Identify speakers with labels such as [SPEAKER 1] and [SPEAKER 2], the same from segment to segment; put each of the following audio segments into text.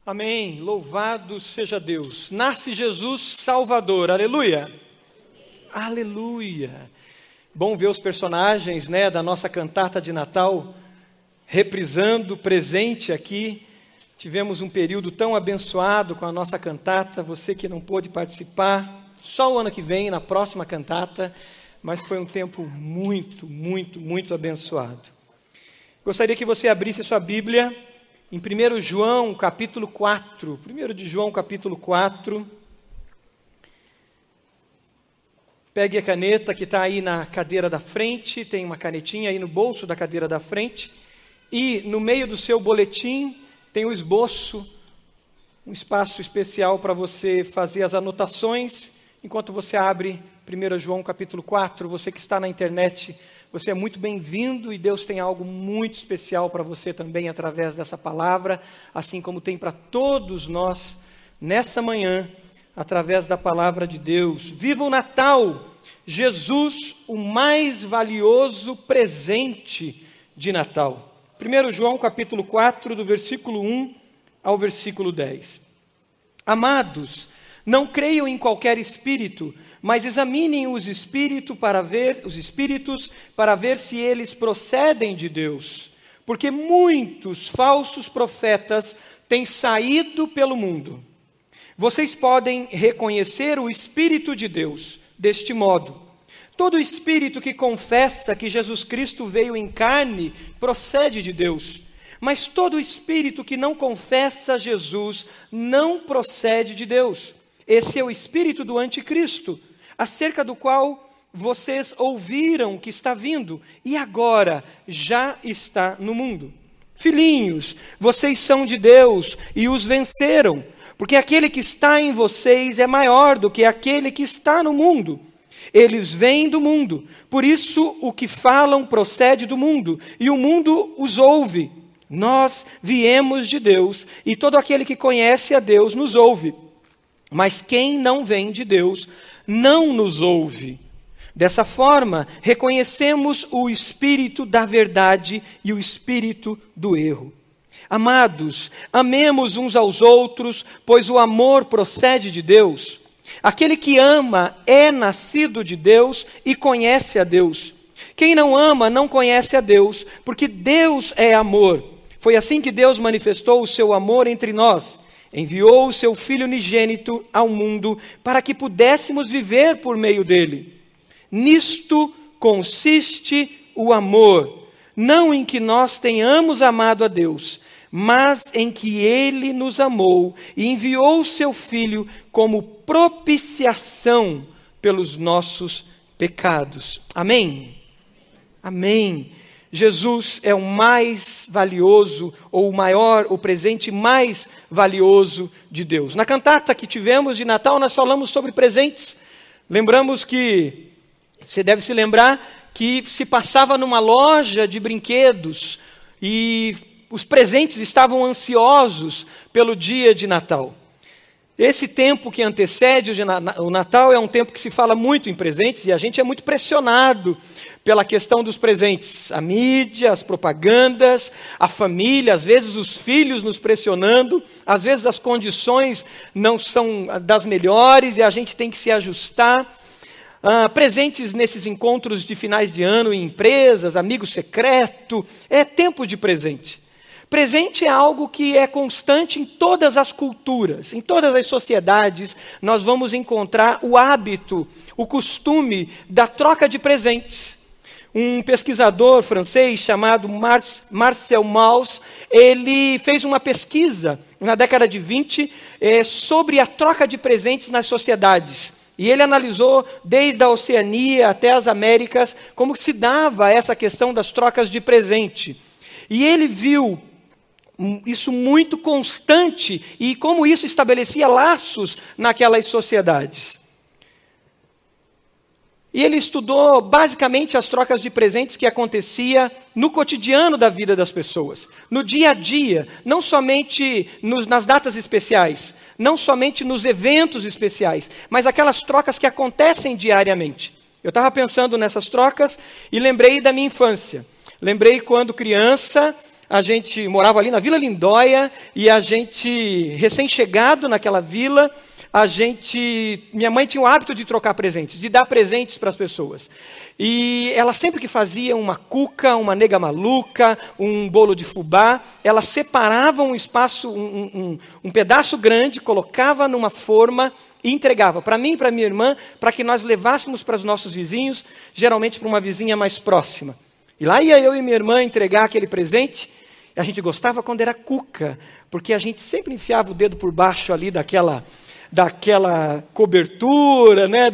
[SPEAKER 1] Amém. Louvado seja Deus. Nasce Jesus Salvador. Aleluia. Aleluia. Bom ver os personagens, da nossa cantata de Natal reprisando presente aqui. Tivemos um período tão abençoado com a nossa cantata. Você que não pôde participar, só o ano que vem, na próxima cantata. Mas foi um tempo muito abençoado. Gostaria que você abrisse sua Bíblia em 1 João, capítulo 4. 1 de João, capítulo 4. Pegue a caneta que está aí na cadeira da frente. Tem uma canetinha aí no bolso da cadeira da frente. E no meio do seu boletim tem o esboço, um espaço especial para você fazer as anotações. Enquanto você abre 1 João, capítulo 4, você que está na internet, você é muito bem-vindo e Deus tem algo muito especial para você também através dessa palavra, assim como tem para todos nós nessa manhã, através da palavra de Deus. Viva o Natal! Jesus, o mais valioso presente de Natal. 1 João capítulo 4, do versículo 1 ao versículo 10. Amados, não creiam em qualquer espírito, mas examinem os espíritos para ver se eles procedem de Deus. Porque muitos falsos profetas têm saído pelo mundo. Vocês podem reconhecer o Espírito de Deus deste modo. Todo espírito que confessa que Jesus Cristo veio em carne procede de Deus. Mas todo espírito que não confessa Jesus não procede de Deus. Esse é o espírito do anticristo, acerca do qual vocês ouviram que está vindo e agora já está no mundo. Filhinhos, vocês são de Deus e os venceram, porque aquele que está em vocês é maior do que aquele que está no mundo. Eles vêm do mundo, por isso o que falam procede do mundo, e o mundo os ouve. Nós viemos de Deus, e todo aquele que conhece a Deus nos ouve. Mas quem não vem de Deus não nos ouve. Dessa forma, reconhecemos o espírito da verdade e o espírito do erro. Amados, amemos uns aos outros, pois o amor procede de Deus. Aquele que ama é nascido de Deus e conhece a Deus. Quem não ama não conhece a Deus, porque Deus é amor. Foi assim que Deus manifestou o seu amor entre nós. Enviou o seu Filho unigênito ao mundo para que pudéssemos viver por meio dele. Nisto consiste o amor, não em que nós tenhamos amado a Deus, mas em que ele nos amou e enviou o seu Filho como propiciação pelos nossos pecados. Amém? Amém. Jesus é o mais valioso, ou o presente mais valioso de Deus. Na cantata que tivemos de Natal, nós falamos sobre presentes. Lembramos que, você deve se lembrar, que se passava numa loja de brinquedos e os presentes estavam ansiosos pelo dia de Natal. Esse tempo que antecede o Natal é um tempo que se fala muito em presentes e a gente é muito pressionado pela questão dos presentes. A mídia, as propagandas, a família, às vezes os filhos nos pressionando, às vezes as condições não são das melhores e a gente tem que se ajustar. Presentes nesses encontros de finais de ano em empresas, amigo secreto, é tempo de presente. Presente é algo que é constante em todas as culturas, em todas as sociedades, nós vamos encontrar o hábito, o costume da troca de presentes. Um pesquisador francês chamado Marcel Mauss, ele fez uma pesquisa na década de 20 sobre a troca de presentes nas sociedades. E ele analisou desde a Oceania até as Américas como se dava essa questão das trocas de presente. E ele viu isso muito constante e como isso estabelecia laços naquelas sociedades. E ele estudou basicamente as trocas de presentes que acontecia no cotidiano da vida das pessoas, no dia a dia, não somente nas datas especiais, não somente nos eventos especiais, mas aquelas trocas que acontecem diariamente. Eu estava pensando nessas trocas e lembrei da minha infância. Lembrei quando criança, a gente morava ali na Vila Lindóia, e a gente, recém-chegado naquela vila, minha mãe tinha o hábito de trocar presentes, de dar presentes para as pessoas. E ela sempre que fazia uma cuca, uma nega maluca, um bolo de fubá, ela separava um espaço, um pedaço grande, colocava numa forma e entregava para mim e para minha irmã, para que nós levássemos para os nossos vizinhos, geralmente para uma vizinha mais próxima. E lá ia eu e minha irmã entregar aquele presente. A gente gostava quando era cuca, porque a gente sempre enfiava o dedo por baixo ali daquela cobertura, né?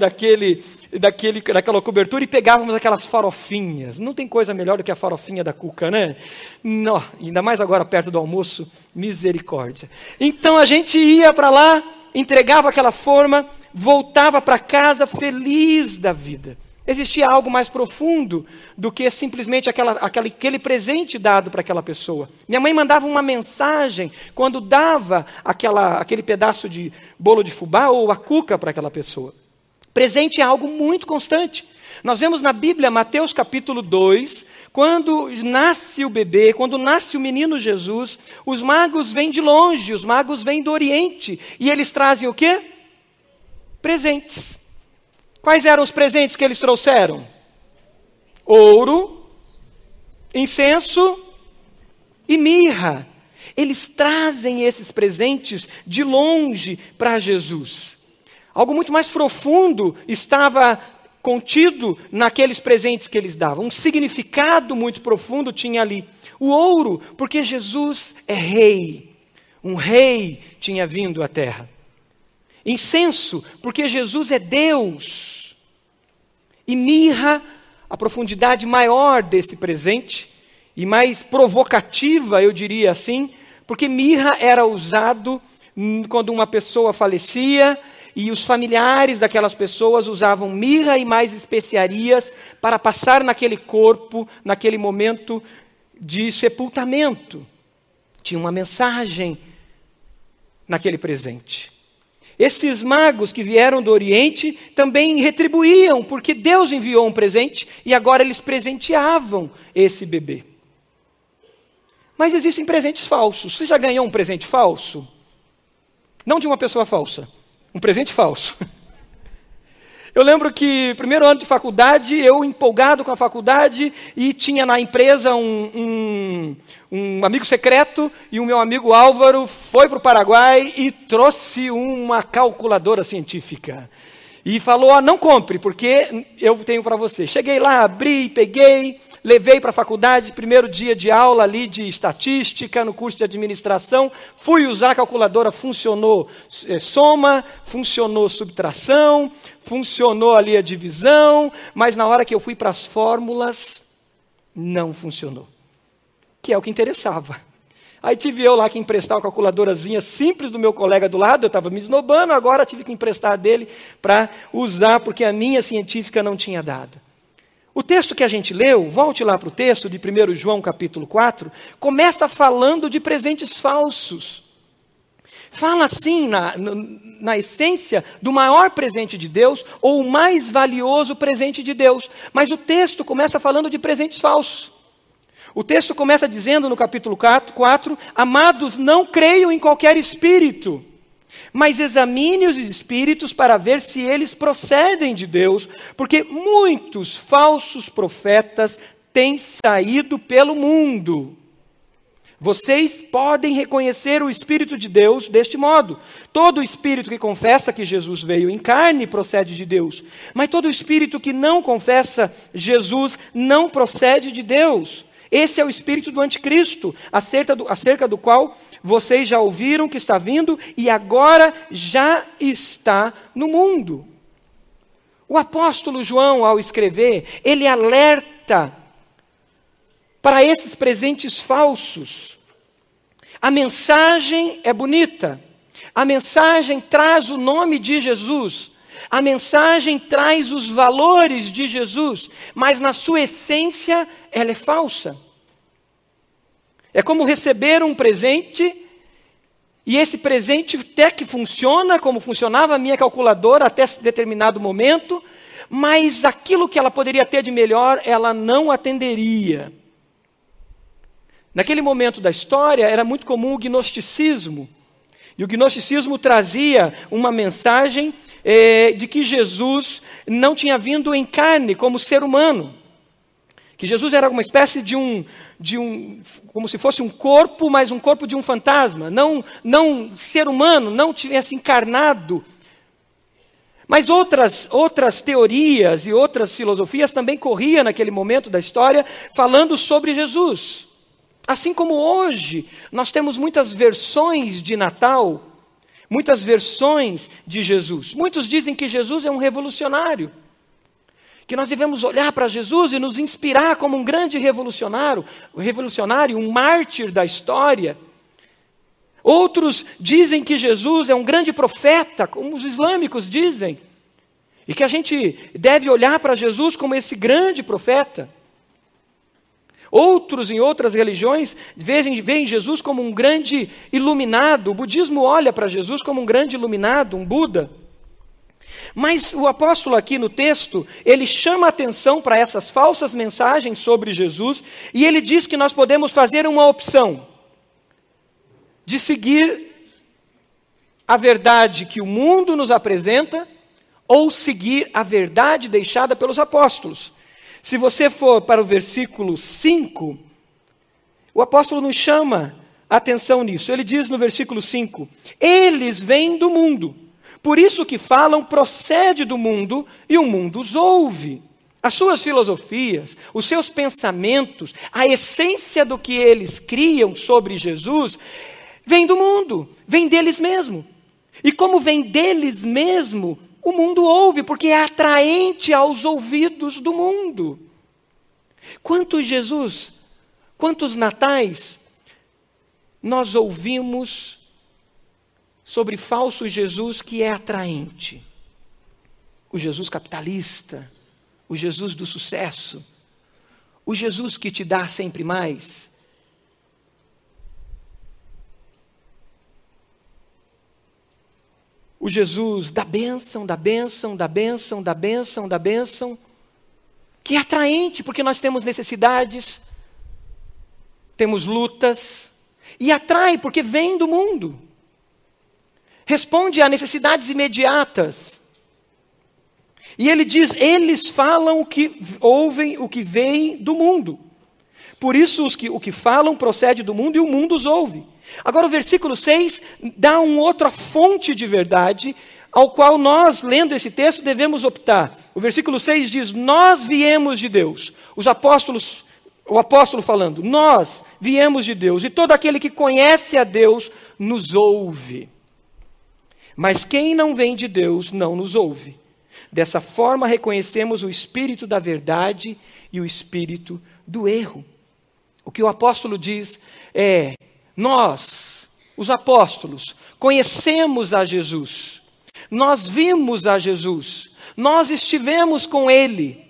[SPEAKER 1] daquela cobertura, e pegávamos aquelas farofinhas. Não tem coisa melhor do que a farofinha da cuca, né? Não, ainda mais agora perto do almoço, misericórdia. Então a gente ia para lá, entregava aquela forma, voltava para casa feliz da vida. Existia algo mais profundo do que simplesmente aquele presente dado para aquela pessoa. Minha mãe mandava uma mensagem quando dava aquele pedaço de bolo de fubá ou a cuca para aquela pessoa. Presente é algo muito constante. Nós vemos na Bíblia, Mateus capítulo 2, quando nasce o bebê, quando nasce o menino Jesus, os magos vêm de longe, os magos vêm do Oriente, e eles trazem o quê? Presentes. Quais eram os presentes que eles trouxeram? Ouro, incenso e mirra. Eles trazem esses presentes de longe para Jesus. Algo muito mais profundo estava contido naqueles presentes que eles davam. Um significado muito profundo tinha ali. O ouro, porque Jesus é rei. Um rei tinha vindo à terra. Incenso, porque Jesus é Deus. E mirra, a profundidade maior desse presente, e mais provocativa, eu diria assim, porque mirra era usado quando uma pessoa falecia, e os familiares daquelas pessoas usavam mirra e mais especiarias para passar naquele corpo, naquele momento de sepultamento. Tinha uma mensagem naquele presente. Esses magos que vieram do Oriente também retribuíam, porque Deus enviou um presente e agora eles presenteavam esse bebê. Mas existem presentes falsos. Você já ganhou um presente falso? Não de uma pessoa falsa, um presente falso. Eu lembro que, primeiro ano de faculdade, eu empolgado com a faculdade, e tinha na empresa um amigo secreto, e o meu amigo Álvaro foi para o Paraguai e trouxe uma calculadora científica. E falou, não compre, porque eu tenho para você. Cheguei lá, abri, peguei, levei para a faculdade, primeiro dia de aula ali de estatística, no curso de administração, fui usar a calculadora, funcionou soma, funcionou subtração, funcionou ali a divisão, mas na hora que eu fui para as fórmulas, não funcionou. Que é o que interessava. Aí tive eu lá que emprestar uma calculadorazinha simples do meu colega do lado, eu estava me esnobando, agora tive que emprestar dele para usar, porque a minha científica não tinha dado. O texto que a gente leu, volte lá para o texto de 1 João capítulo 4, começa falando de presentes falsos. Fala assim, na essência, do maior presente de Deus, ou o mais valioso presente de Deus. Mas o texto começa falando de presentes falsos. O texto começa dizendo no capítulo 4, amados, não creiam em qualquer espírito, mas examine os espíritos para ver se eles procedem de Deus, porque muitos falsos profetas têm saído pelo mundo. Vocês podem reconhecer o Espírito de Deus deste modo. Todo espírito que confessa que Jesus veio em carne procede de Deus, mas todo espírito que não confessa Jesus não procede de Deus. Esse é o espírito do anticristo, acerca do qual vocês já ouviram que está vindo e agora já está no mundo. O apóstolo João, ao escrever, ele alerta para esses presentes falsos. A mensagem é bonita, a mensagem traz o nome de Jesus, a mensagem traz os valores de Jesus, mas na sua essência ela é falsa. É como receber um presente, e esse presente até que funciona, como funcionava a minha calculadora até determinado momento, mas aquilo que ela poderia ter de melhor, ela não atenderia. Naquele momento da história, era muito comum o gnosticismo. E o gnosticismo trazia uma mensagem de que Jesus não tinha vindo em carne como ser humano. Que Jesus era uma espécie de um como se fosse um corpo, mas um corpo de um fantasma. Não ser humano, não tivesse encarnado. Mas outras teorias e outras filosofias também corriam naquele momento da história, falando sobre Jesus. Assim como hoje, nós temos muitas versões de Natal, muitas versões de Jesus. Muitos dizem que Jesus é um revolucionário, que nós devemos olhar para Jesus e nos inspirar como um grande revolucionário, um mártir da história. Outros dizem que Jesus é um grande profeta, como os islâmicos dizem, e que a gente deve olhar para Jesus como esse grande profeta. Outros, em outras religiões, veem Jesus como um grande iluminado. O budismo olha para Jesus como um grande iluminado, um Buda. Mas o apóstolo aqui no texto, ele chama a atenção para essas falsas mensagens sobre Jesus, e ele diz que nós podemos fazer uma opção de seguir a verdade que o mundo nos apresenta, ou seguir a verdade deixada pelos apóstolos. Se você for para o versículo 5, o apóstolo nos chama a atenção nisso. Ele diz no versículo 5, eles vêm do mundo, por isso que falam procede do mundo e o mundo os ouve. As suas filosofias, os seus pensamentos, a essência do que eles criam sobre Jesus, vem do mundo, vem deles mesmo. E como vem deles mesmo, o mundo ouve, porque é atraente aos ouvidos do mundo. Quantos natais nós ouvimos sobre falso Jesus que é atraente? O Jesus capitalista, o Jesus do sucesso, o Jesus que te dá sempre mais. O Jesus da bênção, da bênção, da bênção, da bênção, da bênção, que é atraente porque nós temos necessidades, temos lutas, e atrai porque vem do mundo. Responde a necessidades imediatas. E ele diz, eles falam o que ouvem, o que vem do mundo. Por isso o que falam procede do mundo e o mundo os ouve. Agora o versículo 6 dá uma outra fonte de verdade, ao qual nós, lendo esse texto, devemos optar. O versículo 6 diz, nós viemos de Deus. O apóstolo falando, nós viemos de Deus, e todo aquele que conhece a Deus nos ouve. Mas quem não vem de Deus não nos ouve. Dessa forma reconhecemos o espírito da verdade e o espírito do erro. O que o apóstolo diz é, nós, os apóstolos, conhecemos a Jesus, nós vimos a Jesus, nós estivemos com Ele.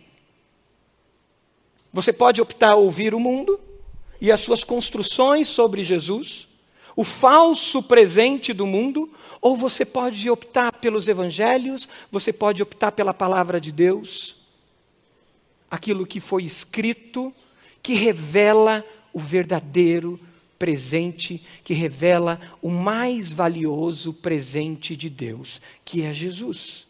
[SPEAKER 1] Você pode optar a ouvir o mundo e as suas construções sobre Jesus, o falso presente do mundo, ou você pode optar pelos evangelhos, você pode optar pela palavra de Deus, aquilo que foi escrito, que revela o verdadeiro presente, que revela o mais valioso presente de Deus, que é Jesus.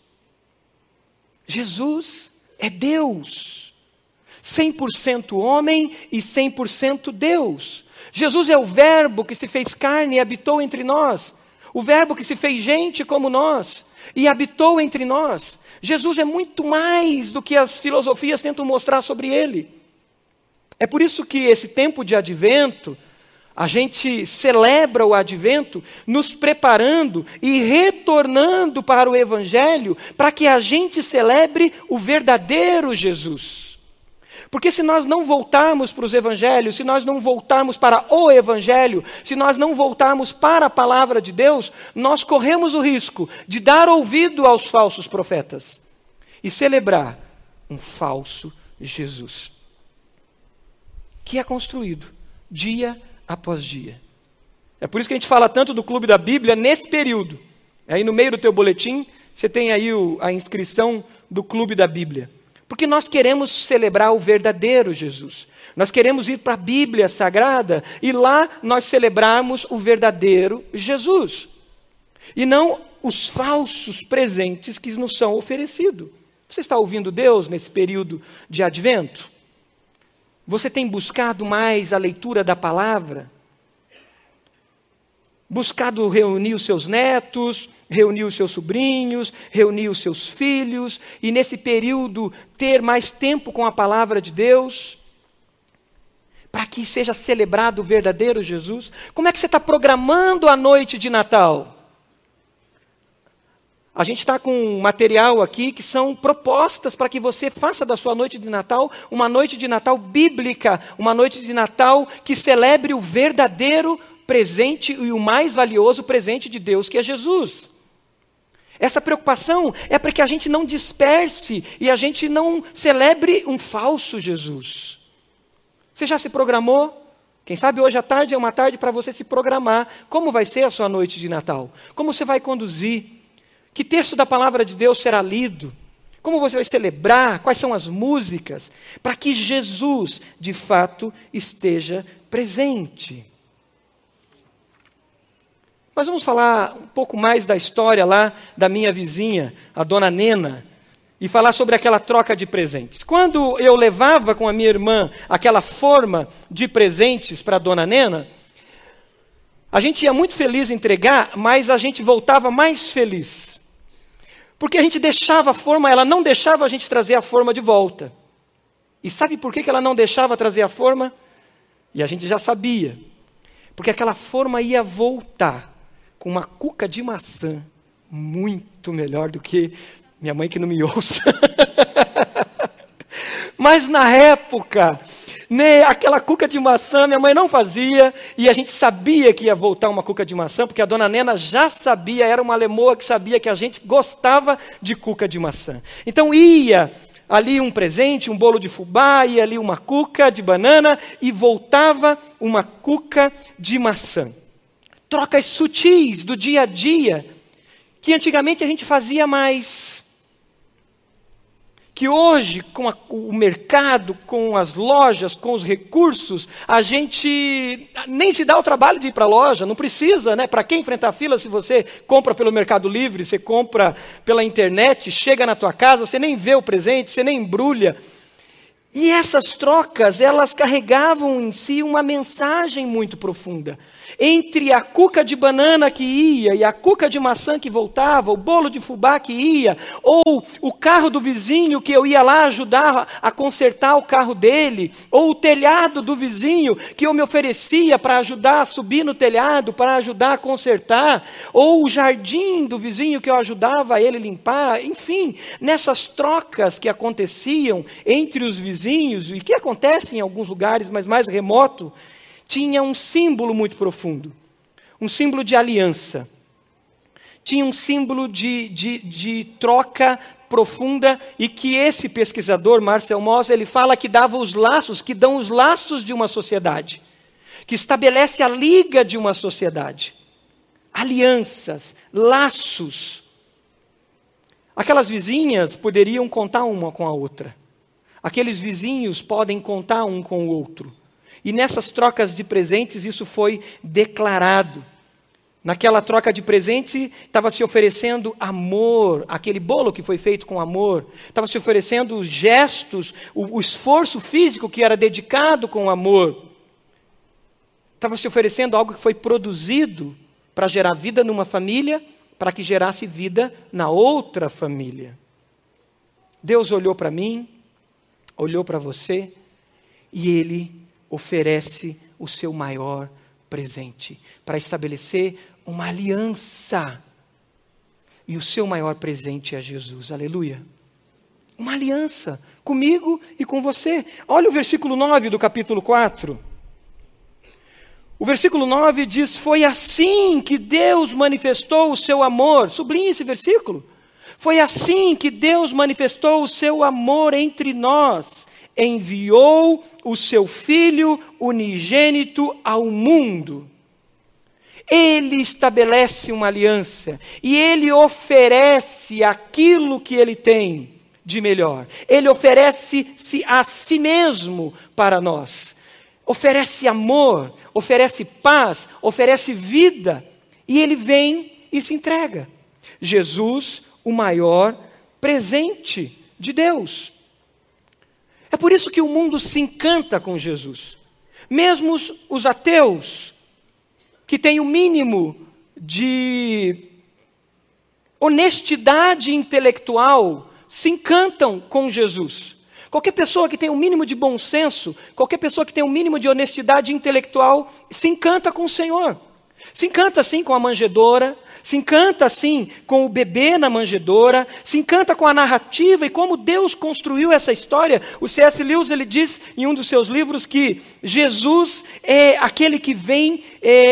[SPEAKER 1] Jesus é Deus, 100% homem e 100% Deus. Jesus é o Verbo que se fez carne e habitou entre nós, o Verbo que se fez gente como nós e habitou entre nós. Jesus é muito mais do que as filosofias tentam mostrar sobre Ele. É por isso que esse tempo de advento, a gente celebra o advento nos preparando e retornando para o Evangelho, para que a gente celebre o verdadeiro Jesus. Porque se nós não voltarmos para os Evangelhos, se nós não voltarmos para o Evangelho, se nós não voltarmos para a palavra de Deus, nós corremos o risco de dar ouvido aos falsos profetas e celebrar um falso Jesus, que é construído dia após dia. É por isso que a gente fala tanto do Clube da Bíblia nesse período. Aí no meio do teu boletim, você tem aí a inscrição do Clube da Bíblia. Porque nós queremos celebrar o verdadeiro Jesus. Nós queremos ir para a Bíblia Sagrada e lá nós celebrarmos o verdadeiro Jesus. E não os falsos presentes que nos são oferecidos. Você está ouvindo Deus nesse período de advento? Você tem buscado mais a leitura da palavra? Buscado reunir os seus netos, reunir os seus sobrinhos, reunir os seus filhos, e nesse período ter mais tempo com a palavra de Deus, para que seja celebrado o verdadeiro Jesus? Como é que você está programando a noite de Natal? A gente está com um material aqui que são propostas para que você faça da sua noite de Natal uma noite de Natal bíblica, uma noite de Natal que celebre o verdadeiro presente e o mais valioso presente de Deus, que é Jesus. Essa preocupação é para que a gente não disperse e a gente não celebre um falso Jesus. Você já se programou? Quem sabe hoje à tarde é uma tarde para você se programar. Como vai ser a sua noite de Natal? Como você vai conduzir? Que texto da palavra de Deus será lido? Como você vai celebrar? Quais são as músicas? Para que Jesus, de fato, esteja presente. Mas vamos falar um pouco mais da história lá da minha vizinha, a dona Nena, e falar sobre aquela troca de presentes. Quando eu levava com a minha irmã aquela forma de presentes para a dona Nena, a gente ia muito feliz em entregar, mas a gente voltava mais feliz. Porque a gente deixava a forma, ela não deixava a gente trazer a forma de volta. E sabe por que ela não deixava trazer a forma? E a gente já sabia. Porque aquela forma ia voltar com uma cuca de maçã muito melhor do que minha mãe que não me ouça. Mas na época, né, aquela cuca de maçã minha mãe não fazia, e a gente sabia que ia voltar uma cuca de maçã, porque a dona Nena já sabia, era uma lemoa que sabia que a gente gostava de cuca de maçã. Então ia ali um presente, um bolo de fubá, ia ali uma cuca de banana, e voltava uma cuca de maçã. Trocas sutis do dia a dia, que antigamente a gente fazia mais. Que hoje, com o mercado, com as lojas, com os recursos, a gente nem se dá o trabalho de ir para a loja, não precisa, né? Para que enfrentar fila se você compra pelo Mercado Livre, você compra pela internet, chega na tua casa, você nem vê o presente, você nem embrulha. E essas trocas, elas carregavam em si uma mensagem muito profunda. Entre a cuca de banana que ia e a cuca de maçã que voltava, o bolo de fubá que ia, ou o carro do vizinho que eu ia lá ajudar a consertar o carro dele, ou o telhado do vizinho que eu me oferecia para ajudar a subir no telhado, para ajudar a consertar, ou o jardim do vizinho que eu ajudava ele limpar, enfim, nessas trocas que aconteciam entre os vizinhos, e que acontecem em alguns lugares, mas mais remoto, tinha um símbolo muito profundo, um símbolo de aliança, tinha um símbolo de troca profunda, e que esse pesquisador, Marcel Mauss, ele fala que dava os laços, que dão os laços de uma sociedade, que estabelece a liga de uma sociedade, alianças, laços. Aquelas vizinhas poderiam contar uma com a outra, aqueles vizinhos podem contar um com o outro. E nessas trocas de presentes isso foi declarado. Naquela troca de presentes estava se oferecendo amor, aquele bolo que foi feito com amor. Estava se oferecendo os gestos, o esforço físico que era dedicado com amor. Estava se oferecendo algo que foi produzido para gerar vida numa família, para que gerasse vida na outra família. Deus olhou para mim, olhou para você, e Ele oferece o seu maior presente, para estabelecer uma aliança. E o seu maior presente é Jesus, aleluia. Uma aliança comigo e com você. Olha o versículo 9 do capítulo 4. O versículo 9 diz: foi assim que Deus manifestou o seu amor. Sublinhe esse versículo. Foi assim que Deus manifestou o seu amor entre nós. Enviou o seu Filho unigênito ao mundo. Ele estabelece uma aliança e Ele oferece aquilo que Ele tem de melhor. Ele oferece-se a si mesmo para nós. Oferece amor, oferece paz, oferece vida. E ele vem e se entrega. Jesus, o maior presente de Deus. É por isso que o mundo se encanta com Jesus. Mesmo os ateus, que têm o mínimo de honestidade intelectual, se encantam com Jesus. Qualquer pessoa que tem o mínimo de bom senso, qualquer pessoa que tem o mínimo de honestidade intelectual, se encanta com o Senhor. Se encanta assim com a manjedoura, se encanta assim com o bebê na manjedoura, se encanta com a narrativa e como Deus construiu essa história. O C.S. Lewis, ele diz em um dos seus livros que Jesus é aquele que vem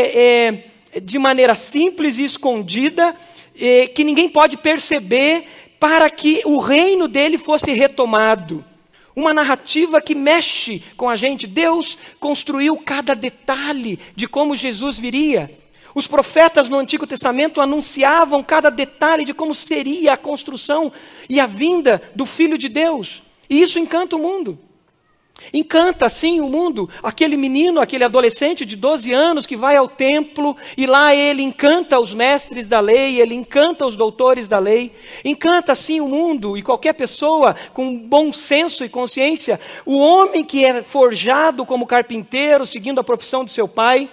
[SPEAKER 1] de maneira simples e escondida, que ninguém pode perceber, para que o reino dele fosse retomado. Uma narrativa que mexe com a gente. Deus construiu cada detalhe de como Jesus viria. Os profetas no Antigo Testamento anunciavam cada detalhe de como seria a construção e a vinda do Filho de Deus. E isso encanta o mundo. Encanta, sim, o mundo. Aquele menino, aquele adolescente de 12 anos que vai ao templo e lá ele encanta os mestres da lei, ele encanta os doutores da lei. Encanta, sim, o mundo e qualquer pessoa com bom senso e consciência. O homem que é forjado como carpinteiro, seguindo a profissão de seu pai.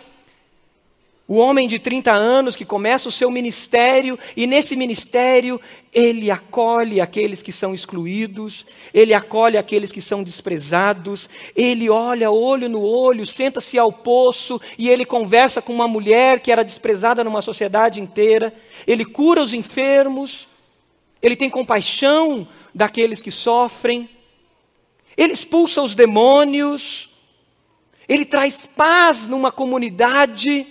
[SPEAKER 1] O homem de 30 anos que começa o seu ministério, e nesse ministério ele acolhe aqueles que são excluídos, ele acolhe aqueles que são desprezados, ele olha olho no olho, senta-se ao poço e ele conversa com uma mulher que era desprezada numa sociedade inteira, ele cura os enfermos, ele tem compaixão daqueles que sofrem, ele expulsa os demônios, ele traz paz numa comunidade.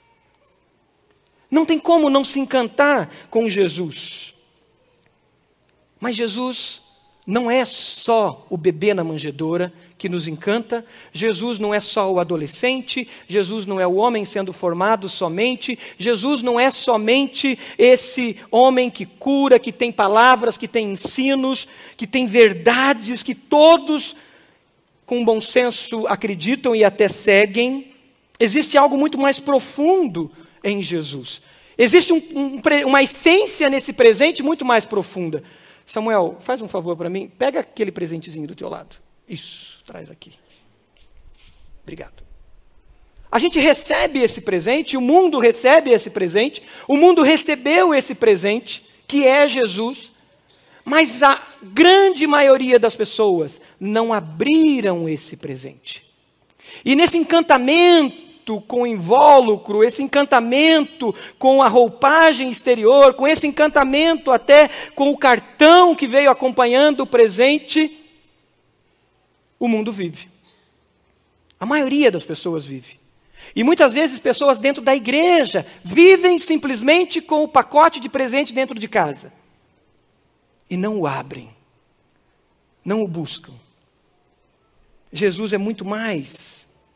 [SPEAKER 1] Não tem como não se encantar com Jesus. Mas Jesus não é só o bebê na manjedoura que nos encanta. Jesus não é só o adolescente. Jesus não é o homem sendo formado somente. Jesus não é somente esse homem que cura, que tem palavras, que tem ensinos, que tem verdades, que todos com bom senso acreditam e até seguem. Existe algo muito mais profundo em Jesus. Existe uma essência nesse presente muito mais profunda. Samuel, faz um favor para mim. Pega aquele presentezinho do teu lado. Isso, traz aqui. Obrigado. A gente recebe esse presente, o mundo recebe esse presente, o mundo recebeu esse presente, que é Jesus, mas a grande maioria das pessoas não abriram esse presente. E nesse encantamento com o invólucro, esse encantamento com a roupagem exterior, com esse encantamento até com o cartão que veio acompanhando o presente, o mundo vive. A maioria das pessoas vive. E muitas vezes pessoas dentro da igreja vivem simplesmente com o pacote de presente dentro de casa. E não o abrem. Não o buscam. Jesus é muito mais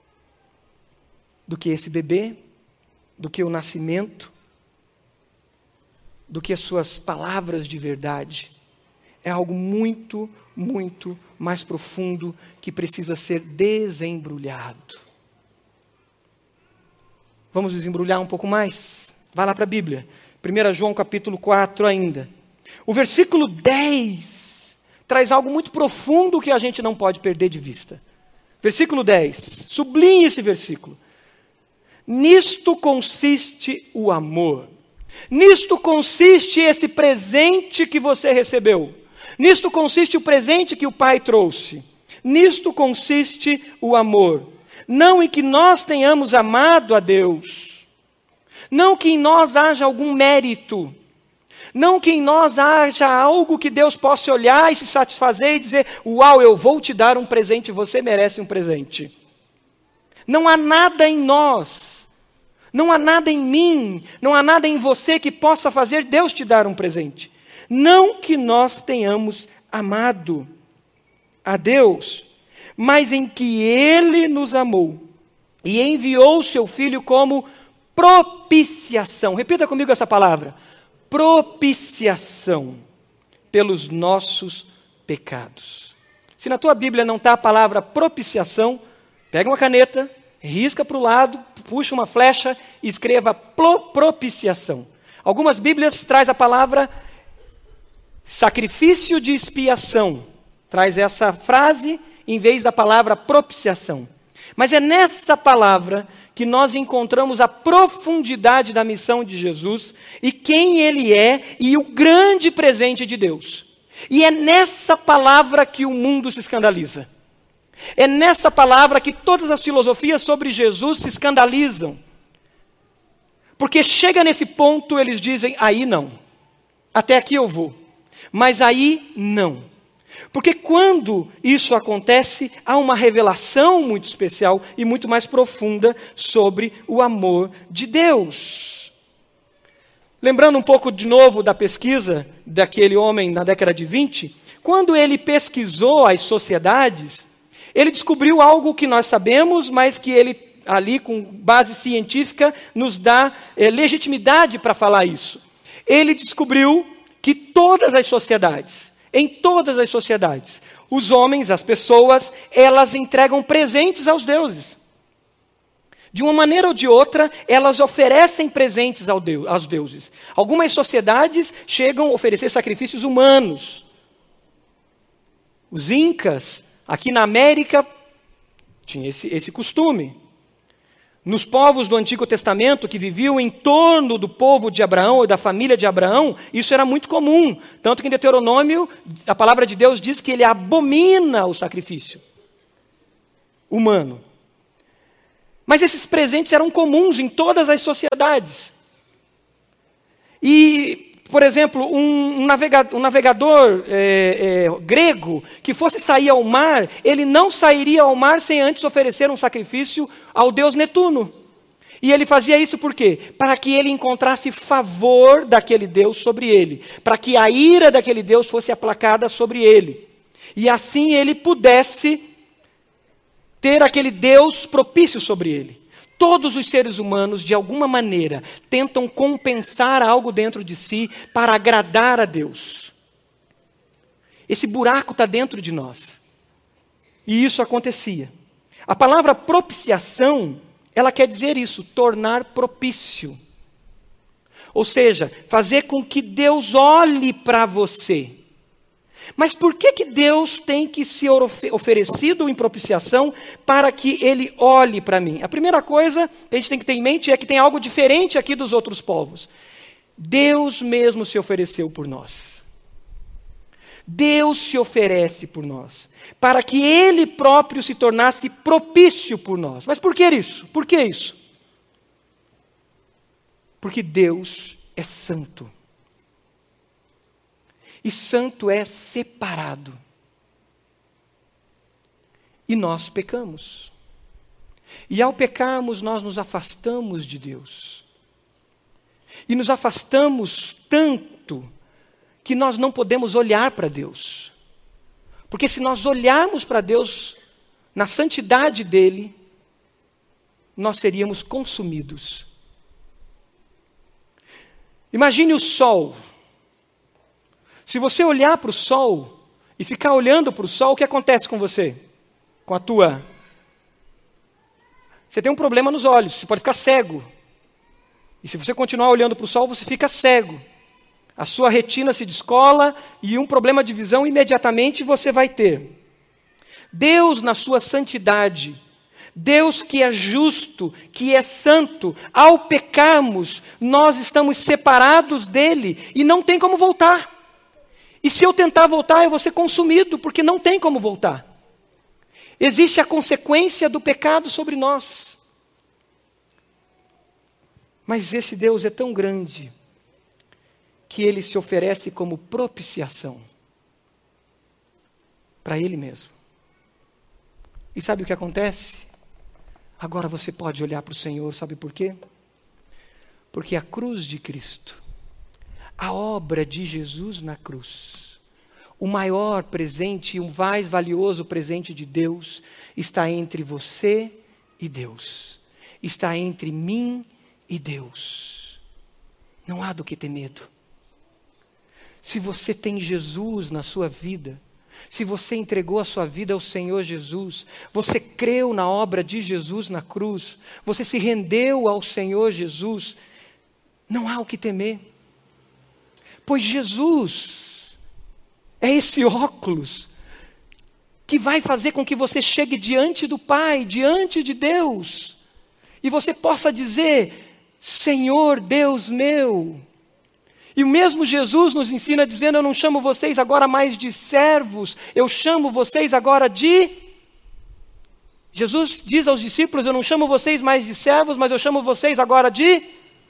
[SPEAKER 1] do que esse bebê, do que o nascimento, do que as suas palavras de verdade. É algo muito, muito mais profundo que precisa ser desembrulhado. Vamos desembrulhar um pouco mais? Vai lá para a Bíblia. 1 João capítulo 4 ainda. O versículo 10 traz algo muito profundo que a gente não pode perder de vista. Versículo 10. Sublinhe esse versículo. Nisto consiste o amor. Nisto consiste esse presente que você recebeu. Nisto consiste o presente que o Pai trouxe. Nisto consiste o amor. Não em que nós tenhamos amado a Deus. Não que em nós haja algum mérito. Não que em nós haja algo que Deus possa olhar e se satisfazer e dizer: uau, eu vou te dar um presente, você merece um presente. Não há nada em nós, não há nada em mim, não há nada em você que possa fazer Deus te dar um presente. Não que nós tenhamos amado a Deus, mas em que Ele nos amou e enviou o seu Filho como propiciação. Repita comigo essa palavra. Propiciação pelos nossos pecados. Se na tua Bíblia não está a palavra propiciação, pega uma caneta, risca para o lado, puxa uma flecha e escreva propiciação. Algumas Bíblias traz a palavra sacrifício de expiação. Traz essa frase em vez da palavra propiciação. Mas é nessa palavra que nós encontramos a profundidade da missão de Jesus e quem Ele é e o grande presente de Deus. E é nessa palavra que o mundo se escandaliza. É nessa palavra que todas as filosofias sobre Jesus se escandalizam. Porque chega nesse ponto, eles dizem, aí não. Até aqui eu vou. Mas aí não. Porque quando isso acontece, há uma revelação muito especial e muito mais profunda sobre o amor de Deus. Lembrando um pouco de novo da pesquisa daquele homem na década de 20, quando ele pesquisou as sociedades, ele descobriu algo que nós sabemos, mas que ele, ali com base científica, nos dá legitimidade para falar isso. Ele descobriu que todas as sociedades, em todas as sociedades, os homens, as pessoas, elas entregam presentes aos deuses. De uma maneira ou de outra, elas oferecem presentes aos deuses. Algumas sociedades chegam a oferecer sacrifícios humanos. Os incas, aqui na América, tinham esse costume. Nos povos do Antigo Testamento, que viviam em torno do povo de Abraão ou da família de Abraão, isso era muito comum. Tanto que em Deuteronômio, a palavra de Deus diz que ele abomina o sacrifício humano. Mas esses presentes eram comuns em todas as sociedades. E, por exemplo, um navegador grego que fosse sair ao mar, ele não sairia ao mar sem antes oferecer um sacrifício ao deus Netuno. E ele fazia isso por quê? Para que ele encontrasse favor daquele deus sobre ele. Para que a ira daquele deus fosse aplacada sobre ele. E assim ele pudesse ter aquele Deus propício sobre ele. Todos os seres humanos, de alguma maneira, tentam compensar algo dentro de si para agradar a Deus. Esse buraco está dentro de nós. E isso acontecia. A palavra propiciação, ela quer dizer isso, tornar propício. Ou seja, fazer com que Deus olhe para você. Mas por que Deus tem que ser oferecido em propiciação para que Ele olhe para mim? A primeira coisa que a gente tem que ter em mente é que tem algo diferente aqui dos outros povos. Deus mesmo se ofereceu por nós. Deus se oferece por nós, para que Ele próprio se tornasse propício por nós. Mas por que isso? Por que isso? Porque Deus é santo. E santo é separado. E nós pecamos. E ao pecarmos, nós nos afastamos de Deus. E nos afastamos tanto que nós não podemos olhar para Deus. Porque se nós olharmos para Deus na santidade dEle, nós seríamos consumidos. Imagine o sol. Se você olhar para o sol e ficar olhando para o sol, o que acontece com você? Com a tua... Você tem um problema nos olhos, você pode ficar cego. E se você continuar olhando para o sol, você fica cego. A sua retina se descola e um problema de visão imediatamente você vai ter. Deus, na sua santidade, Deus que é justo, que é santo, ao pecarmos, nós estamos separados dele e não tem como voltar. E se eu tentar voltar, eu vou ser consumido, porque não tem como voltar. Existe a consequência do pecado sobre nós. Mas esse Deus é tão grande, que Ele se oferece como propiciação para Ele mesmo. E sabe o que acontece? Agora você pode olhar para o Senhor, sabe por quê? Porque a cruz de Cristo, a obra de Jesus na cruz, o maior presente e o mais valioso presente de Deus está entre você e Deus. Está entre mim e Deus. Não há do que ter medo. Se você tem Jesus na sua vida, Se você entregou a sua vida ao Senhor Jesus, você creu na obra de Jesus na cruz, você se rendeu ao Senhor Jesus, não há o que temer. Pois Jesus é esse óculos que vai fazer com que você chegue diante do Pai, diante de Deus, e você possa dizer: Senhor Deus meu. E o mesmo Jesus nos ensina dizendo: eu não chamo vocês agora mais de servos, eu chamo vocês agora de... Jesus diz aos discípulos: eu não chamo vocês mais de servos, mas eu chamo vocês agora de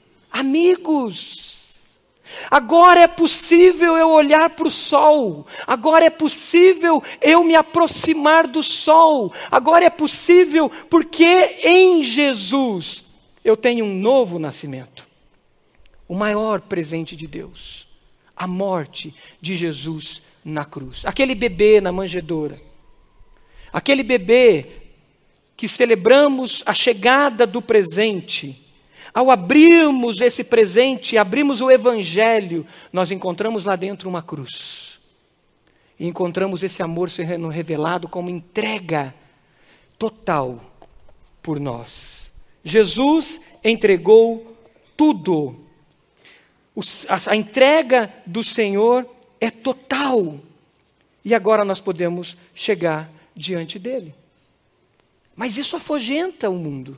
[SPEAKER 1] amigos. Agora é possível eu olhar para o sol, agora é possível eu me aproximar do sol, agora é possível porque em Jesus eu tenho um novo nascimento. O maior presente de Deus, a morte de Jesus na cruz. Aquele bebê na manjedoura, aquele bebê que celebramos a chegada do presente. Ao abrirmos esse presente, abrimos o Evangelho, nós encontramos lá dentro uma cruz. E encontramos esse amor sendo revelado como entrega total por nós. Jesus entregou tudo. A entrega do Senhor é total. E agora nós podemos chegar diante dele. Mas isso afugenta o mundo.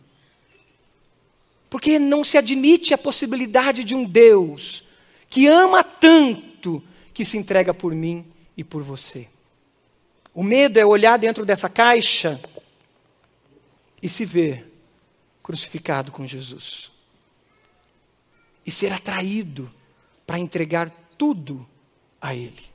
[SPEAKER 1] Porque não se admite a possibilidade de um Deus que ama tanto que se entrega por mim e por você. O medo é olhar dentro dessa caixa e se ver crucificado com Jesus. E ser atraído para entregar tudo a Ele.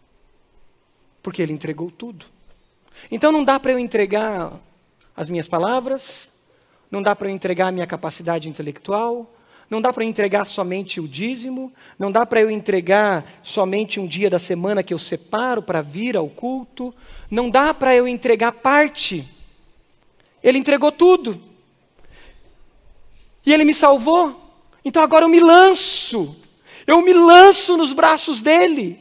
[SPEAKER 1] Porque Ele entregou tudo. Então não dá para eu entregar as minhas palavras, não dá para eu entregar a minha capacidade intelectual, não dá para eu entregar somente o dízimo, não dá para eu entregar somente um dia da semana que eu separo para vir ao culto, não dá para eu entregar parte. Ele entregou tudo. E Ele me salvou. Então agora eu me lanço nos braços dEle.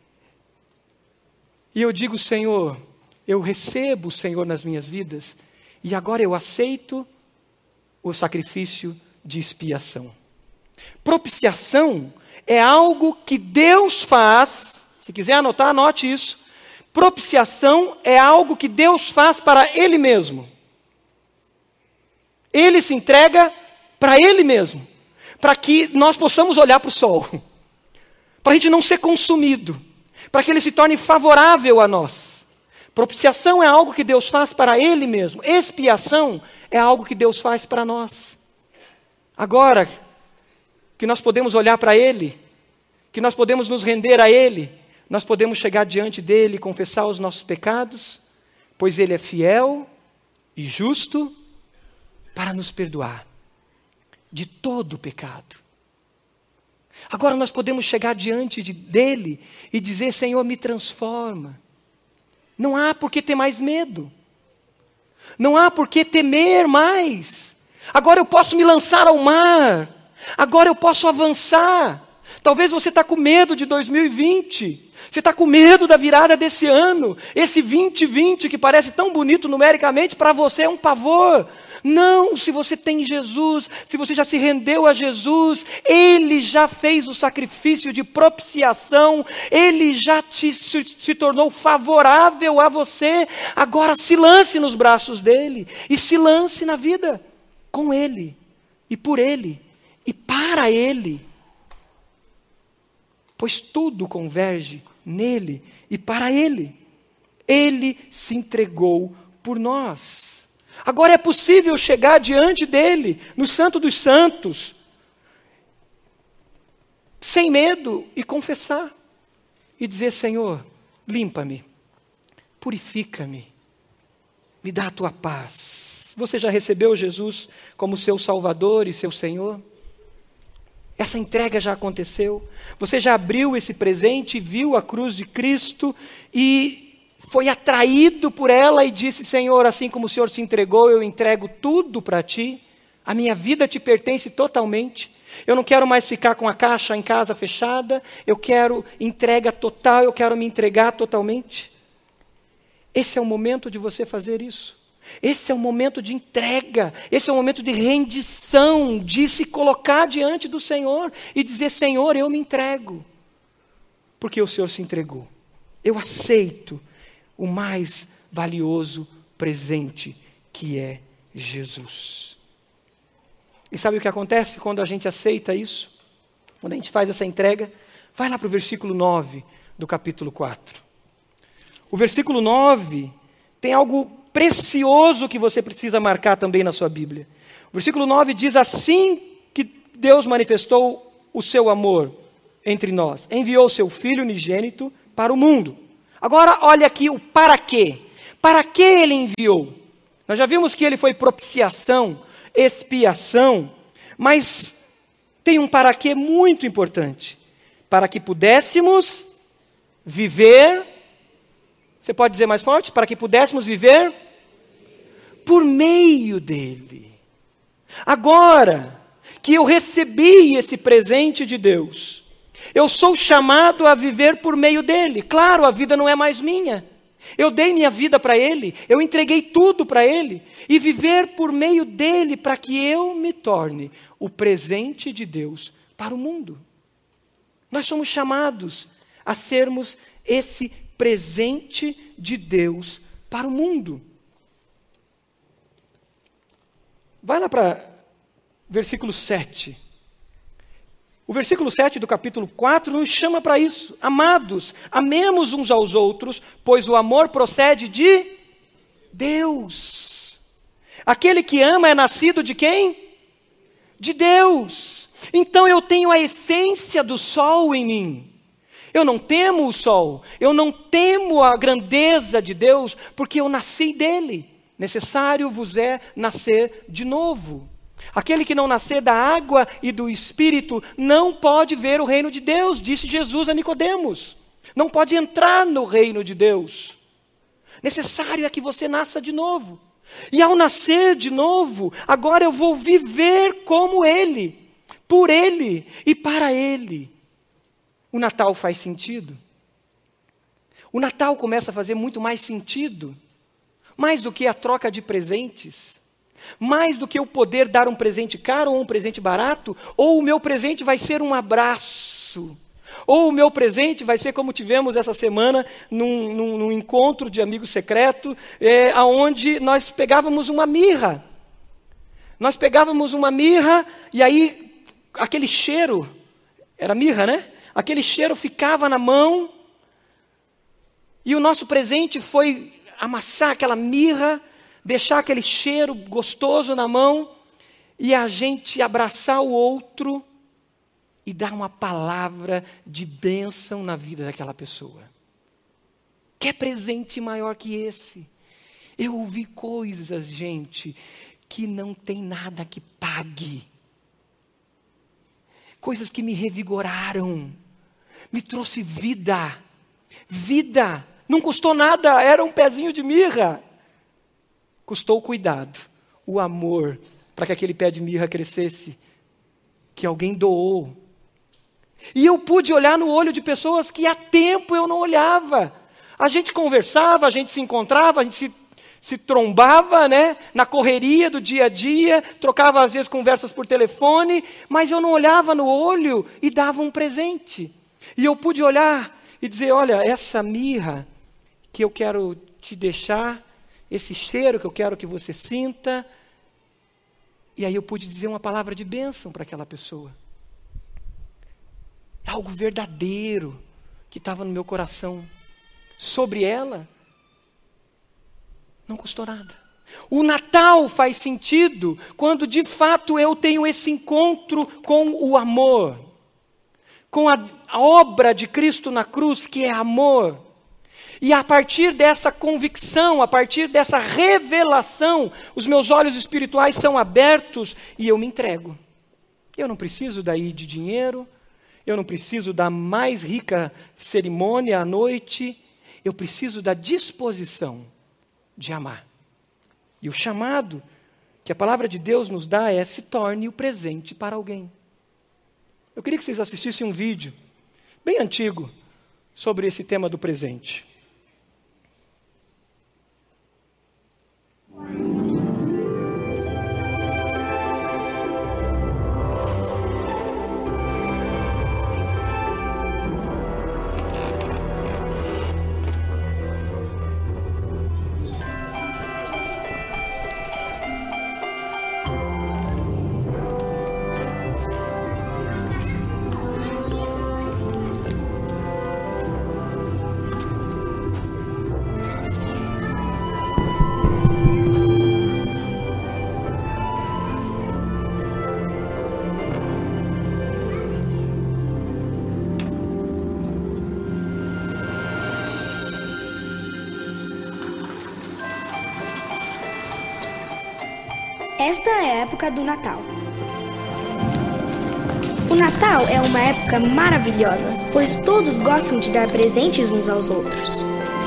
[SPEAKER 1] E eu digo: Senhor, eu recebo o Senhor nas minhas vidas, e agora eu aceito o sacrifício de expiação. Propiciação é algo que Deus faz. Se quiser anotar, anote isso. Propiciação é algo que Deus faz para Ele mesmo. Ele se entrega para Ele mesmo, para que nós possamos olhar para o sol, para a gente não ser consumido, para que Ele se torne favorável a nós. Propiciação é algo que Deus faz para Ele mesmo. Expiação é algo que Deus faz para nós. Agora que nós podemos olhar para Ele, que nós podemos nos render a Ele, nós podemos chegar diante dEle e confessar os nossos pecados, pois Ele é fiel e justo para nos perdoar de todo o pecado. Agora nós podemos chegar diante dEle e dizer: Senhor, me transforma. Não há por que ter mais medo. Não há por que temer mais. Agora eu posso me lançar ao mar. Agora eu posso avançar. Talvez você está com medo de 2020. Você está com medo da virada desse ano. Esse 2020 que parece tão bonito numericamente, para você é um pavor. Não, se você tem Jesus, se você já se rendeu a Jesus, Ele já fez o sacrifício de propiciação, Ele já se tornou favorável a você. Agora se lance nos braços dEle e se lance na vida com Ele e por Ele e para Ele. Pois tudo converge nele e para Ele. Ele se entregou por nós. Agora é possível chegar diante dEle, no Santo dos Santos, sem medo, e confessar. E dizer: Senhor, limpa-me, purifica-me, me dá a Tua paz. Você já recebeu Jesus como seu Salvador e seu Senhor? Essa entrega já aconteceu. Você já abriu esse presente, viu a cruz de Cristo e foi atraído por ela e disse: Senhor, assim como o Senhor se entregou, eu entrego tudo para Ti. A minha vida Te pertence totalmente. Eu não quero mais ficar com a caixa em casa fechada. Eu quero entrega total, eu quero me entregar totalmente. Esse é o momento de você fazer isso. Esse é o momento de entrega, esse é o momento de rendição, de se colocar diante do Senhor e dizer: Senhor, eu me entrego, porque o Senhor se entregou. Eu aceito o mais valioso presente, que é Jesus. E sabe o que acontece quando a gente aceita isso? Quando a gente faz essa entrega? Vai lá para o versículo 9 do capítulo 4. O versículo 9 tem algo precioso que você precisa marcar também na sua Bíblia. O versículo 9 diz: assim que Deus manifestou o seu amor entre nós, enviou o seu Filho unigênito para o mundo. Agora olha aqui o para quê. Para que ele enviou? Nós já vimos que ele foi propiciação, expiação, mas tem um para quê muito importante. Para que pudéssemos viver, você pode dizer mais forte? Para que pudéssemos viver por meio dele. Agora que eu recebi esse presente de Deus, eu sou chamado a viver por meio dele. Claro, a vida não é mais minha. Eu dei minha vida para ele, eu entreguei tudo para ele, e viver por meio dele para que eu me torne o presente de Deus para o mundo. Nós somos chamados a sermos esse presente de Deus para o mundo. Vai lá para versículo 7. O versículo 7 do capítulo 4 nos chama para isso. Amados, amemos uns aos outros, pois o amor procede de Deus. Aquele que ama é nascido de quem? De Deus. Então eu tenho a essência do sol em mim. Eu não temo o sol, eu não temo a grandeza de Deus, porque eu nasci dele. Necessário vos é nascer de novo. Aquele que não nascer da água e do Espírito não pode ver o reino de Deus, disse Jesus a Nicodemos. Não pode entrar no reino de Deus. Necessário é que você nasça de novo. E ao nascer de novo, agora eu vou viver como Ele, por Ele e para Ele. O Natal faz sentido? O Natal começa a fazer muito mais sentido. Mais do que a troca de presentes, mais do que eu poder dar um presente caro ou um presente barato, ou o meu presente vai ser um abraço, ou o meu presente vai ser como tivemos essa semana num encontro de amigo secreto, onde nós pegávamos uma mirra. Nós pegávamos uma mirra e aí aquele cheiro, era mirra, né? Aquele cheiro ficava na mão e o nosso presente foi amassar aquela mirra, deixar aquele cheiro gostoso na mão e a gente abraçar o outro e dar uma palavra de bênção na vida daquela pessoa. Que presente maior que esse? Eu ouvi coisas, gente, que não tem nada que pague. Coisas que me revigoraram, me trouxe vida. Vida. Não custou nada, era um pezinho de mirra. Custou o cuidado, o amor, para que aquele pé de mirra crescesse, que alguém doou. E eu pude olhar no olho de pessoas que há tempo eu não olhava. A gente conversava, a gente se encontrava, a gente se trombava, né, na correria do dia a dia, trocava às vezes conversas por telefone, mas eu não olhava no olho e dava um presente. E eu pude olhar e dizer: olha, essa mirra que eu quero te deixar, esse cheiro que eu quero que você sinta. E aí eu pude dizer uma palavra de bênção para aquela pessoa. Algo verdadeiro que estava no meu coração. Sobre ela, não custou nada. O Natal faz sentido quando de fato eu tenho esse encontro com o amor. Com a obra de Cristo na cruz, que é amor. E a partir dessa convicção, a partir dessa revelação, os meus olhos espirituais são abertos e eu me entrego. Eu não preciso daí de dinheiro, eu não preciso da mais rica cerimônia à noite, eu preciso da disposição de amar. E o chamado que a palavra de Deus nos dá é: se torne o presente para alguém. Eu queria que vocês assistissem um vídeo bem antigo sobre esse tema do presente.
[SPEAKER 2] Esta é a época do Natal. O Natal é uma época maravilhosa, pois todos gostam de dar presentes uns aos outros.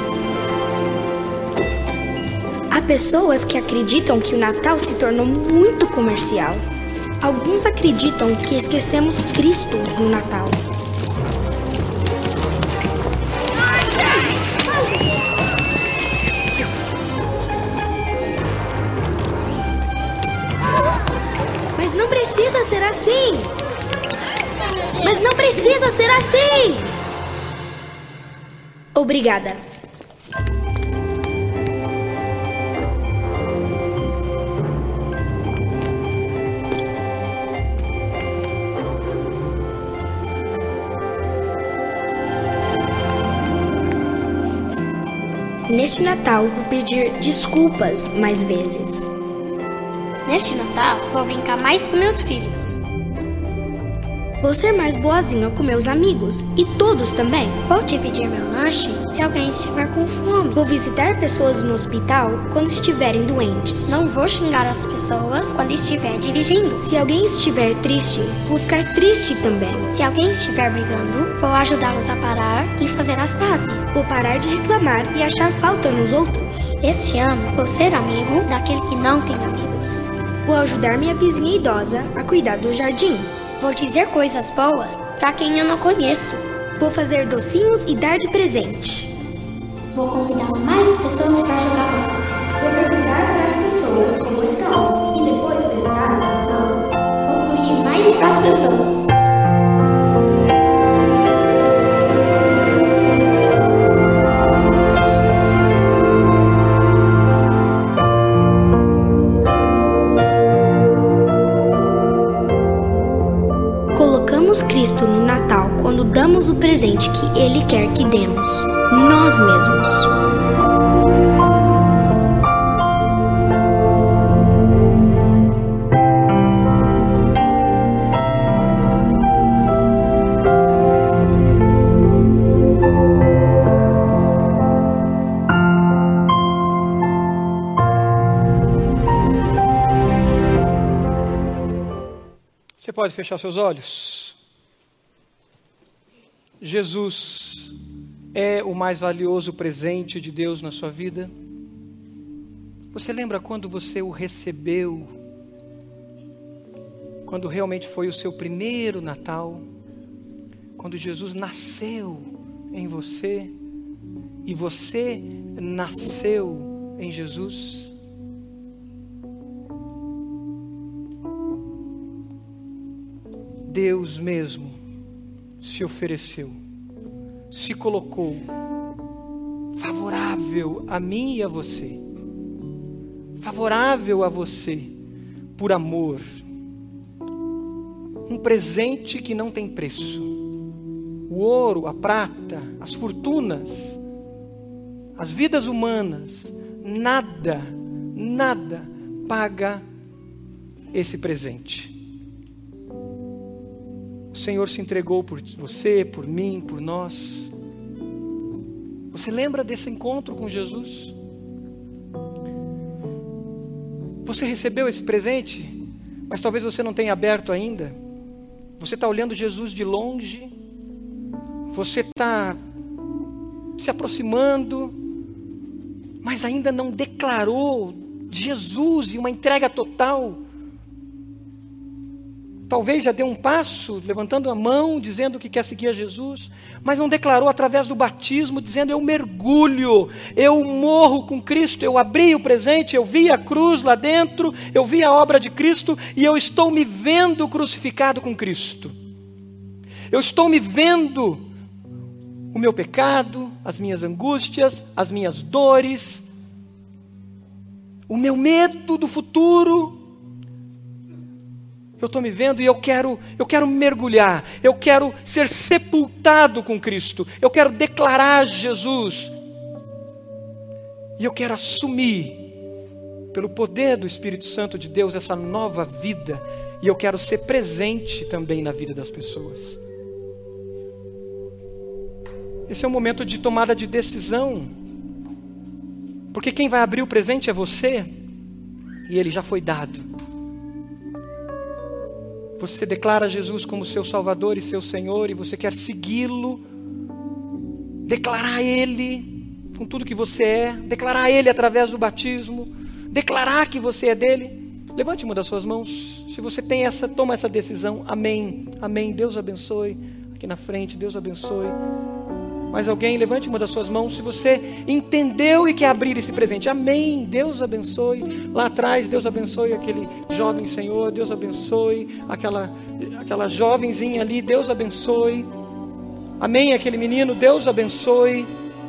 [SPEAKER 2] Há pessoas que acreditam que o Natal se tornou muito comercial. Alguns acreditam que esquecemos Cristo no Natal. Mas não precisa ser assim! Mas não precisa ser assim! Obrigada. Neste Natal, vou pedir desculpas mais vezes.
[SPEAKER 3] Neste Natal, vou brincar mais com meus filhos.
[SPEAKER 2] Vou ser mais boazinha com meus amigos e todos também.
[SPEAKER 3] Vou dividir meu lanche se alguém estiver com fome.
[SPEAKER 2] Vou visitar pessoas no hospital quando estiverem doentes.
[SPEAKER 3] Não vou xingar as pessoas quando estiver dirigindo.
[SPEAKER 2] Se alguém estiver triste, vou ficar triste também.
[SPEAKER 3] Se alguém estiver brigando, vou ajudá-los a parar e fazer as pazes.
[SPEAKER 2] Vou parar de reclamar e achar falta nos outros.
[SPEAKER 3] Este ano, vou ser amigo daquele que não tem amigos.
[SPEAKER 2] Vou ajudar minha vizinha idosa a cuidar do jardim.
[SPEAKER 3] Vou dizer coisas boas para quem eu não conheço.
[SPEAKER 2] Vou fazer docinhos e dar de presente.
[SPEAKER 3] Vou convidar mais pessoas para jogar bola.
[SPEAKER 2] Vou perguntar para as pessoas como estão e depois prestar atenção.
[SPEAKER 3] Vou sorrir mais para as pessoas.
[SPEAKER 2] Colocamos Cristo no Natal quando damos o presente que Ele quer que demos, nós mesmos.
[SPEAKER 1] Você pode fechar seus olhos? Jesus é o mais valioso presente de Deus na sua vida? Você lembra quando você o recebeu? Quando realmente foi o seu primeiro Natal? Quando Jesus nasceu em você e você nasceu em Jesus? Deus mesmo se ofereceu, se colocou favorável a mim e a você, favorável a você por amor, um presente que não tem preço. O ouro, a prata, as fortunas, as vidas humanas, nada paga esse presente. O Senhor se entregou por você, por mim, por nós. Você lembra desse encontro com Jesus? Você recebeu esse presente, mas talvez você não tenha aberto ainda. Você está olhando Jesus de longe. Você está se aproximando, mas ainda não declarou Jesus e uma entrega total. Talvez já deu um passo, levantando a mão, dizendo que quer seguir a Jesus, mas não declarou através do batismo, dizendo: eu mergulho, eu morro com Cristo, eu abri o presente, eu vi a cruz lá dentro, eu vi a obra de Cristo e eu estou me vendo crucificado com Cristo. Eu estou me vendo o meu pecado, as minhas angústias, as minhas dores, o meu medo do futuro. Eu estou me vendo e eu quero mergulhar, eu quero ser sepultado com Cristo, eu quero declarar Jesus, e eu quero assumir, pelo poder do Espírito Santo de Deus, essa nova vida, e eu quero ser presente também na vida das pessoas. Esse é um momento de tomada de decisão, porque quem vai abrir o presente é você, e ele já foi dado. Você declara Jesus como seu Salvador e seu Senhor, e você quer segui-lo, declarar Ele com tudo que você é, declarar Ele através do batismo, declarar que você é dele. Levante uma das suas mãos, se você tem toma essa decisão. Amém, amém, Deus abençoe. Aqui na frente, Deus abençoe. Mais alguém? Levante uma das suas mãos se você entendeu e quer abrir esse presente. Amém, Deus abençoe. Lá atrás, Deus abençoe aquele jovem senhor, Deus abençoe aquela jovenzinha ali, Deus abençoe. Amém, aquele menino, Deus abençoe.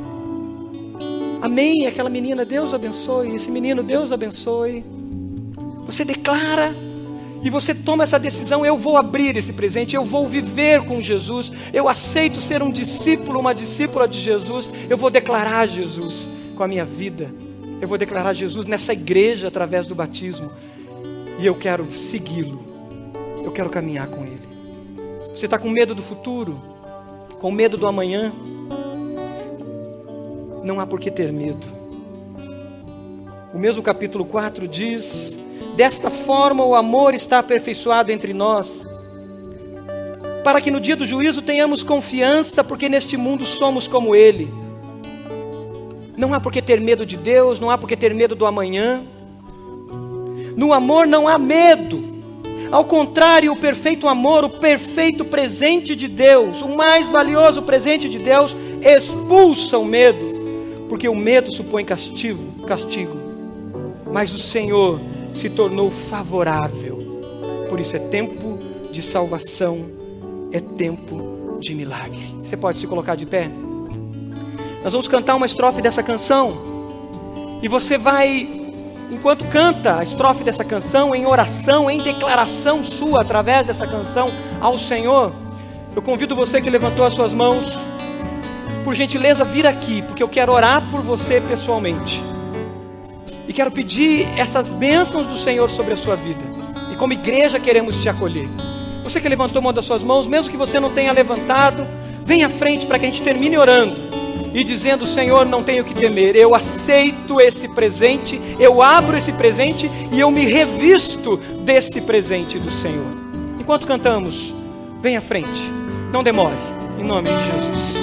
[SPEAKER 1] Amém, aquela menina, Deus abençoe. Esse menino, Deus abençoe. Você declara e você toma essa decisão: eu vou abrir esse presente, eu vou viver com Jesus, eu aceito ser um discípulo, uma discípula de Jesus, eu vou declarar Jesus com a minha vida, eu vou declarar Jesus nessa igreja através do batismo, e eu quero segui-lo, eu quero caminhar com Ele. Você está com medo do futuro, com medo do amanhã? Não há por que ter medo. O mesmo capítulo 4 diz: desta forma o amor está aperfeiçoado entre nós, para que no dia do juízo tenhamos confiança, porque neste mundo somos como Ele. Não há por que ter medo de Deus, não há por que ter medo do amanhã. No amor não há medo. Ao contrário, o perfeito amor, o perfeito presente de Deus, o mais valioso presente de Deus, expulsa o medo, porque o medo supõe castigo. Mas o Senhor se tornou favorável. Por isso é tempo de salvação, é tempo de milagre. Você pode se colocar de pé? Nós vamos cantar uma estrofe dessa canção, e você vai, enquanto canta a estrofe dessa canção, em oração, em declaração sua, através dessa canção ao Senhor, eu convido você que levantou as suas mãos, por gentileza, vir aqui, porque eu quero orar por você pessoalmente. E quero pedir essas bênçãos do Senhor sobre a sua vida. E como igreja queremos te acolher. Você que levantou uma das suas mãos, mesmo que você não tenha levantado, vem à frente para que a gente termine orando e dizendo: Senhor, não tenho que temer, eu aceito esse presente, eu abro esse presente e eu me revisto desse presente do Senhor. Enquanto cantamos, vem à frente, não demore, em nome de Jesus.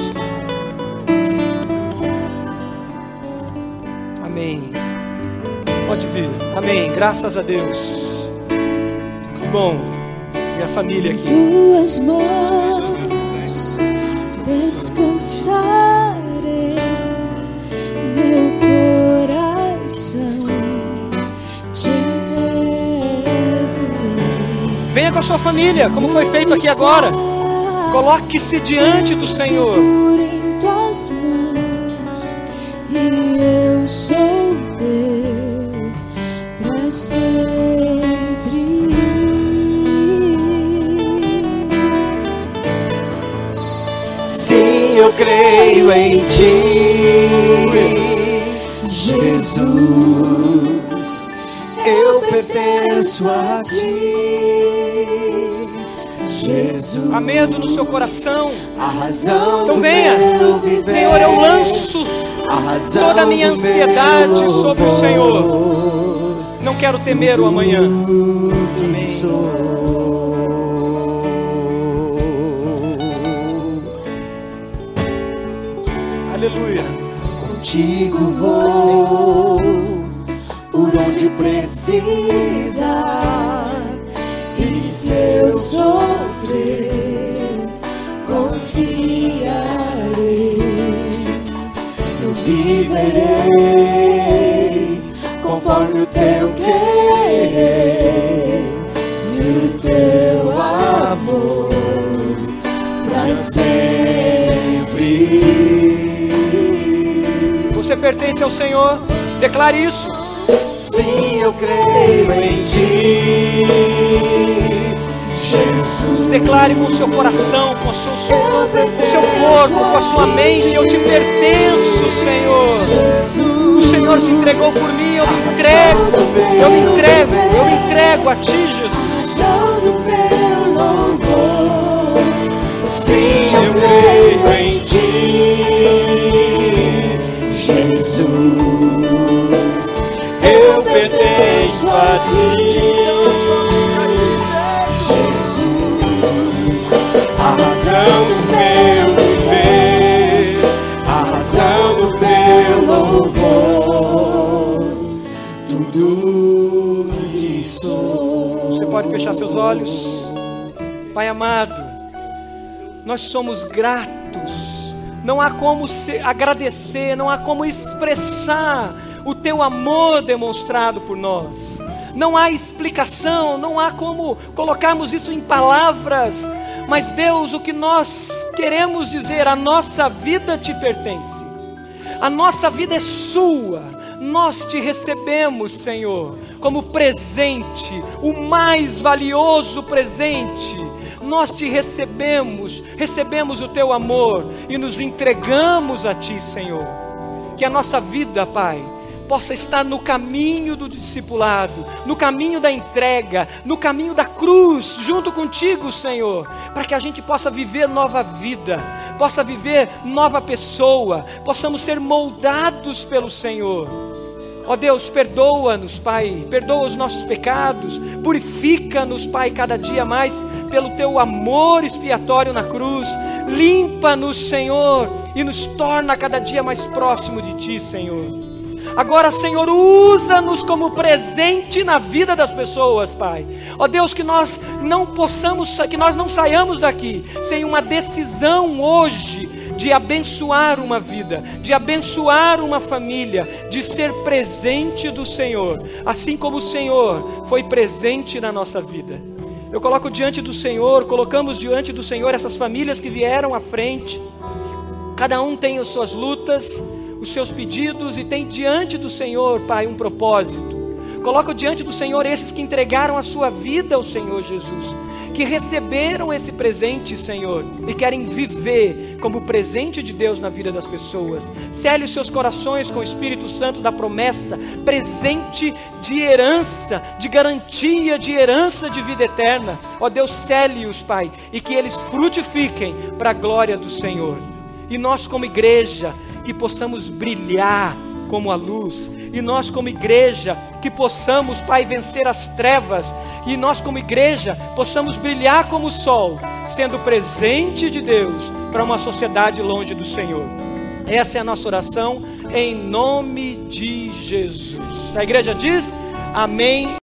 [SPEAKER 1] Amém. Pode vir. Amém. Graças a Deus. Que bom. E a família aqui.
[SPEAKER 4] Tuas mãos descansarei, meu coração te entrego.
[SPEAKER 1] Venha com a sua família, como foi feito aqui agora. Coloque-se diante do Senhor.
[SPEAKER 4] Seguro em tuas mãos, e eu sou teu para sempre.
[SPEAKER 5] Sim, eu creio em ti, Jesus. Eu pertenço a ti, Jesus.
[SPEAKER 1] Há medo no seu coração?
[SPEAKER 5] A razão
[SPEAKER 1] então
[SPEAKER 5] do
[SPEAKER 1] venha.
[SPEAKER 5] meu viver.
[SPEAKER 1] Senhor, eu lanço toda a minha ansiedade sobre o Senhor. Não quero temer o amanhã. Amém. Aleluia.
[SPEAKER 5] Contigo vou por onde precisar, e se eu sofrer, confiarei. Eu viverei conforme o teu querer e o teu amor para sempre.
[SPEAKER 1] Você pertence ao Senhor, declare isso.
[SPEAKER 5] Sim, eu creio em ti, Jesus.
[SPEAKER 1] Declare com o seu coração, com o seu corpo, com a sua mente: eu te pertenço, Senhor. O Senhor se entregou por mim, eu me entrego a ti, Jesus.
[SPEAKER 5] Sim, eu creio em ti, Jesus. Eu pertenço a ti, Jesus.
[SPEAKER 1] seus olhos. Pai amado, nós somos gratos. Não há como agradecer, não há como expressar o teu amor demonstrado por nós. Não há explicação, não há como colocarmos isso em palavras. Mas Deus, o que nós queremos dizer, a nossa vida te pertence. A nossa vida é sua. Nós te recebemos, Senhor, como presente, o mais valioso presente. Nós te recebemos o teu amor e nos entregamos a ti, Senhor. Que a nossa vida, Pai, possa estar no caminho do discipulado, no caminho da entrega, no caminho da cruz, junto contigo, Senhor, para que a gente possa viver nova vida, possa viver nova pessoa, possamos ser moldados pelo Senhor. Ó Deus, perdoa-nos, Pai, perdoa os nossos pecados, purifica-nos, Pai, cada dia mais, pelo teu amor expiatório na cruz. Limpa-nos, Senhor, e nos torna cada dia mais próximo de ti, Senhor. Agora, Senhor, usa-nos como presente na vida das pessoas, Pai. Ó Deus, que nós não saiamos daqui sem uma decisão hoje de abençoar uma vida, de abençoar uma família, de ser presente do Senhor, assim como o Senhor foi presente na nossa vida. Eu coloco diante do Senhor, colocamos diante do Senhor essas famílias que vieram à frente. Cada um tem as suas lutas, os seus pedidos, e tem diante do Senhor, Pai, um propósito. Coloco diante do Senhor esses que entregaram a sua vida ao Senhor Jesus, que receberam esse presente, Senhor, e querem viver como presente de Deus na vida das pessoas. Cele os seus corações com o Espírito Santo da promessa, presente de herança, de garantia de herança de vida eterna. Ó Deus, cele-os, Pai, e que eles frutifiquem para a glória do Senhor. E nós como igreja, que possamos brilhar como a luz. E nós como igreja, que possamos, Pai, vencer as trevas. E nós como igreja, possamos brilhar como o sol, sendo presente de Deus para uma sociedade longe do Senhor. Essa é a nossa oração, em nome de Jesus. A igreja diz, amém.